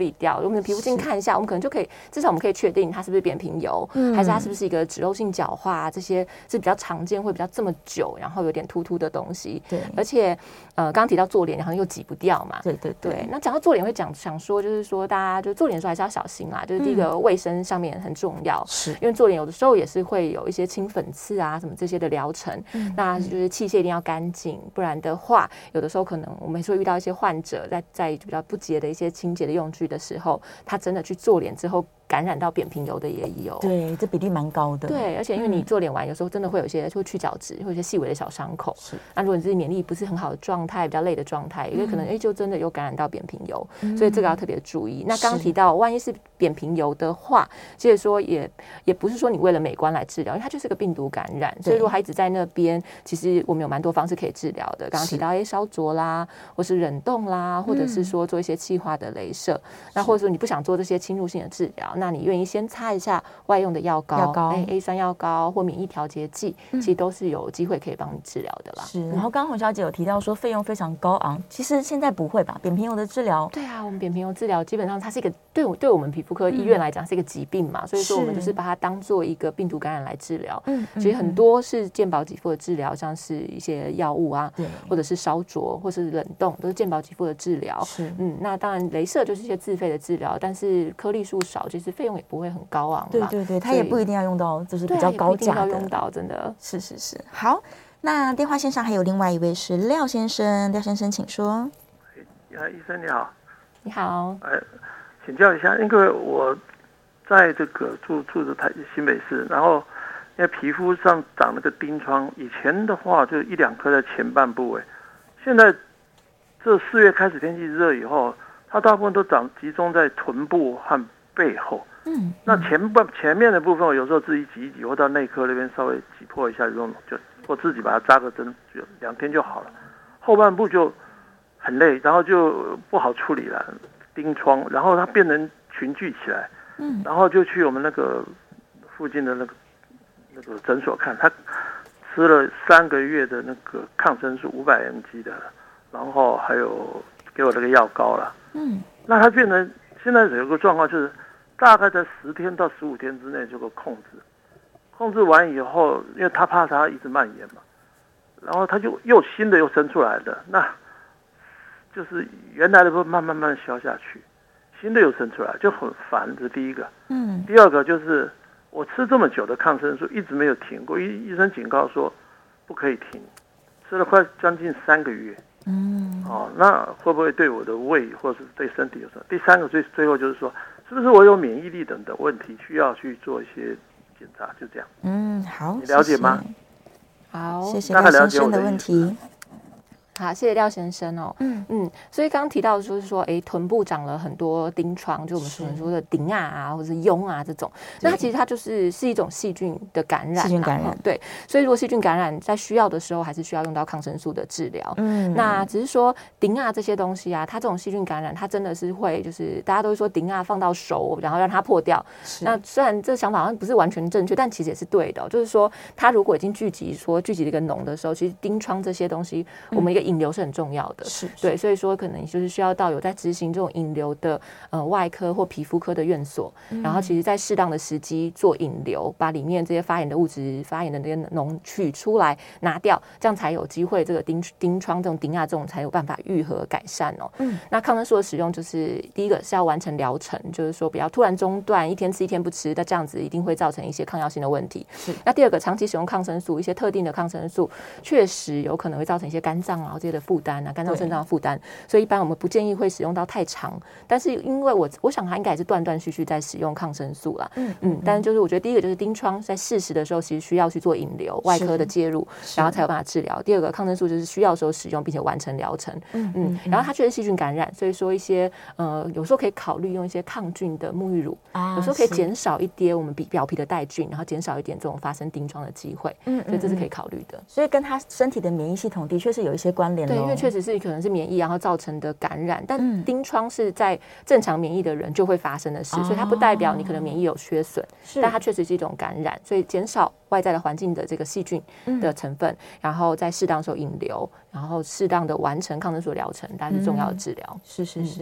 理掉，我们的皮肤镜看一下，我们可能就可以至少我们可以确定它是不是扁平疣，嗯、还是它是不是一个脂漏性角化，这些是比较常见会比较这么久，然后有点凸凸的东西。 对， 而且呃，刚刚提到做脸，然后又挤不掉嘛。 对对 对, 对。那讲到做脸，会讲想说，就是说大家就做脸的时候还是要小心啦，就是第一个卫生上面很重要，是、嗯、因为做脸有的时候也是会有一些清粉刺啊什么这些的疗程，嗯、那就是器械一定要干净，不然的话，有的时候可能我们会遇到一些患者在在比较不洁的一些清洁的用具的时候，他真的去做脸之后感染到扁平疣的也有。 对，这比例蛮高的。 对，而且因为你做脸完，有时候真的会有一些会去角质，会有一些细微的小伤口。是，那如果你自己免疫力不是很好的状态，比较累的状态，也可能哎、嗯、就真的有感染到扁平疣，嗯、所以这个要特别注意。那刚刚提到，万一是扁平疣的话，其实说也也不是说你为了美观来治疗，因为它就是个病毒感染，所以如果它一直在那边，其实我们有蛮多方式可以治疗的。刚刚提到哎烧灼啦，或是冷冻啦，或者是说做一些气化的雷射，嗯、那或者说你不想做这些侵入性的治疗，那你愿意先擦一下外用的药膏，药膏 A, A 酸药膏或免疫调节剂，嗯、其实都是有机会可以帮你治疗的啦。 是，然后刚刚洪小姐有提到说费用非常高昂，其实现在不会吧？扁平疣的治疗， 对啊，我们扁平疣治疗基本上它是一个对我对我们皮肤科医院来讲是一个疾病嘛，嗯、所以说我们就是把它当做一个病毒感染来治疗。嗯，其实很多是健保给付的治疗，像是一些药物啊，对，或者是烧灼或是冷冻，都是健保给付的治疗。是，嗯，那当然雷射就是一些自费的治疗，但是颗粒数少，其实费用也不会很高昂。 对对对，它也不一定要用到，就是比较高价的。 要用到，真的是是是。好，那电话线上还有另外一位是廖先生，廖先生请说。 哎，医生你好。 你好。 哎，请教一下，因为我在这个住住着台新北市，然后因为皮肤上长了个疔疮，以前的话就一两颗在前半部位，现在这四月开始天气热以后，它大部分都长集中在臀部和背后。嗯，那前半前面的部分，我有时候自己挤一挤，或到内科那边稍微挤破一下，就就我自己把它扎个针，就两天就好了。后半部就很累，然后就不好处理了，疔疮，然后它变成群聚起来，嗯，然后就去我们那个附近的那个那个诊所看，他吃了三个月的那个抗生素五百 M G 的，然后还有给我那个药膏了，嗯，那它变成现在有个状况就是。大概在十天到十五天之内就够控制，控制完以后，因为他怕它一直蔓延嘛，然后他就又新的又生出来的，那就是原来的会慢慢慢慢消下去，新的又生出来，就很烦。这是第一个。嗯。第二个就是我吃这么久的抗生素一直没有停过，医医生警告说不可以停，吃了快将近三个月。嗯。哦，那会不会对我的胃或者是对身体有什么？第三个最最后就是说。是不是我有免疫力等等问题，需要去做一些检查？就这样。 嗯，好， 你了解吗？ 谢谢好， 谢谢廖先生的问题。 好，谢谢廖先生哦。嗯嗯，所以刚刚提到就是说，哎，臀部长了很多疔疮，就我们所说的疔啊啊，或者是痈啊这种。那它其实它就是是一种细菌的感染、啊， 细菌感染。 对，所以如果细菌感染在需要的时候，还是需要用到抗生素的治疗。嗯，那只是说疔啊这些东西啊，它这种细菌感染，它真的是会就是大家都会说疔啊放到熟，然后让它破掉。那虽然这想法好像不是完全正确，但其实也是对的、哦。就是说，它如果已经聚集说聚集了一个脓的时候，其实疔疮这些东西，嗯、我们一个引流是很重要的，是对，所以说可能就是需要到有在执行这种引流的呃外科或皮肤科的院所，嗯、然后其实在适当的时机做引流，把里面这些发炎的物质、发炎的那些脓取出来拿掉，这样才有机会这个疔疔疮这种疔啊这种才有办法愈合改善哦。嗯，那抗生素的使用就是第一个是要完成疗程，就是说不要突然中断，一天吃一天不吃，那这样子一定会造成一些抗药性的问题。是，那第二个长期使用抗生素，一些特定的抗生素确实有可能会造成一些肝脏啊这些的负担。肝脏、肾脏的负担，所以一般我们不建议会使用到太长。但是因为我我想它应该也是断断续续在使用抗生素啦，嗯嗯。但是就是我觉得第一个就是疔疮在适时的时候，其实需要去做引流、外科的介入，然后才有办法治疗。第二个抗生素就是需要的时候使用，并且完成疗程，嗯嗯。然后它确实细菌感染，所以说一些呃有时候可以考虑用一些抗菌的沐浴乳，啊、有时候可以减少一点我们表皮的带菌，然后减少一点这种发生疔疮的机会，嗯，所以这是可以考虑的。 所以跟他身体的免疫系统的确是有一些关联的， 对，因为确实是可能是免疫然后造成的感染，但疔疮是在正常免疫的人就会发生的事，嗯、所以它不代表你可能免疫有缺损，但它确实是一种感染，所以减少外在的环境的这个细菌的成分，嗯、然后在适当时候引流，然后适当的完成抗生素疗程，它是重要的治疗。 嗯、是是是。嗯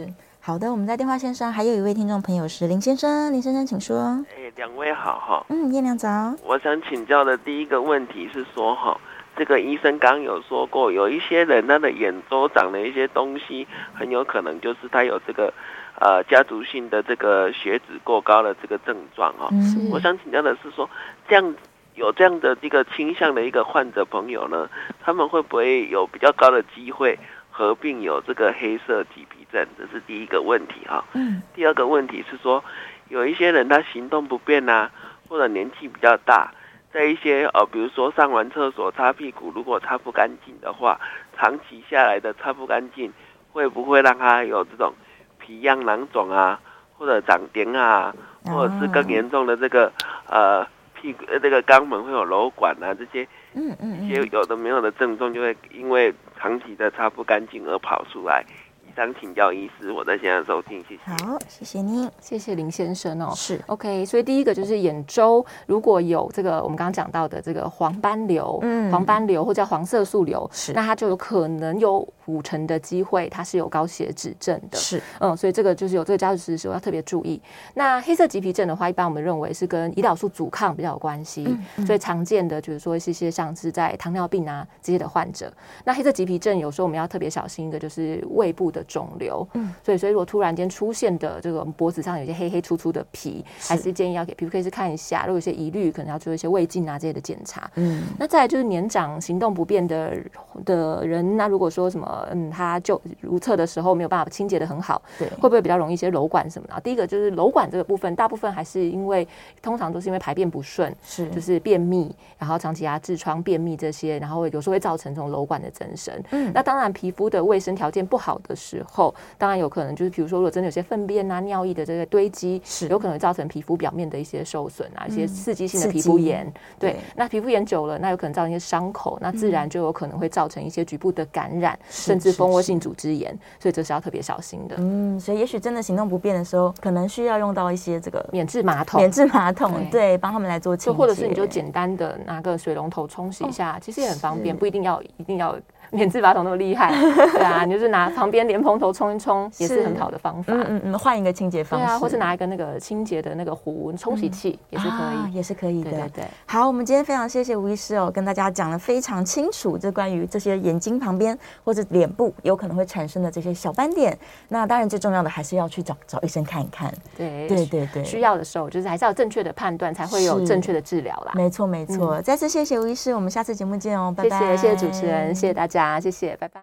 好的，我们在电话线上还有一位听众朋友是林先生，林先生请说。 哎，两位好哈。 嗯，燕良早。 我想请教的第一个问题是说哈，这个医生刚有说过，有一些人他的眼周长的一些东西，很有可能就是他有这个呃家族性的这个血脂过高的这个症状哈。 嗯， 我想请教的是说，这样有这样的一个倾向的一个患者朋友呢，他们会不会有比较高的机会合并有这个黑色棘皮症？这是第一个问题哈。 嗯， 第二个问题是说，有一些人他行动不便啊，或者年纪比较大，在一些呃，比如说上完厕所擦屁股，如果擦不干净的话，长期下来的擦不干净，会不会让他有这种皮样囊肿啊，或者长腚啊，或者是更严重的这个呃屁股呃这个肛门会有瘘管啊这些， 嗯嗯一些有的没有的症状，就会因为长期的擦不干净而跑出来。以上请教医师，我在线上收听，谢谢。 好，谢谢您， 谢谢林先生哦。 是 OK， 所以第一个就是眼周如果有这个我们刚刚讲到的这个黄斑瘤， 嗯黄斑瘤或叫黄色素瘤， 是那它就有可能有五成的机会它是有高血脂症的。 是， 嗯，所以这个就是有这个家族史的时候要特别注意。那黑色棘皮症的话，一般我们认为是跟胰岛素阻抗比较有关系， 嗯嗯所以常见的就是说一些像是在糖尿病啊这些的患者。那黑色棘皮症有时候我们要特别小心一个就是胃部的肿瘤，嗯，所以所以如果突然间出现的这个脖子上有些黑黑粗粗的皮，还是建议要给皮肤科医师看一下，如果有些疑虑，可能要做一些胃镜啊这些的检查。 嗯， 那再来就是年长行动不便的的人，那如果说什么嗯他就如厕的时候没有办法清洁的很好， 对， 会不会比较容易一些瘘管什么的？第一个就是瘘管这个部分，大部分还是因为通常都是因为排便不顺， 是就是便秘，然后长期啊痔疮、便秘这些，然后有时候会造成这种瘘管的增生。 嗯， 那当然皮肤的卫生条件不好的时候，当然有可能就是比如说如果真的有些粪便啊、尿液的这个堆积， 是有可能会造成皮肤表面的一些受损啊，一些刺激性的刺激皮肤炎。对对， 那皮肤炎久了，那有可能造成一些伤口，那自然就有可能会造成一些局部的感染，甚至蜂窝性组织炎，所以这是要特别小心的。 嗯，所以也许真的行动不便的时候，可能需要用到一些这个免治马桶， 免治马桶， 对对，帮他们来做清洁， 就或者是你就简单的拿个水龙头冲洗一下，其实也很方便，不一定要一定要免治马桶那么厉害，对啊，你就是拿旁边莲蓬头冲一冲，也是很好的方法。 嗯嗯嗯，换一个清洁方式， 对啊，或是拿一个那个清洁的那个壶冲洗器也是可以， 啊、也是可以的。 对对对。 好，我们今天非常谢谢吴医师哦，跟大家讲得非常清楚，这关于这些眼睛旁边或者脸部有可能会产生的这些小斑点。那当然最重要的还是要去找找医生看一看。 对对对对， 需要的时候就是还是要正确的判断，才会有正确的治疗啦。 没错没错、嗯，再次谢谢吴医师，我们下次节目见哦，拜拜。 谢谢谢谢主持人，谢谢大家，谢谢，拜拜。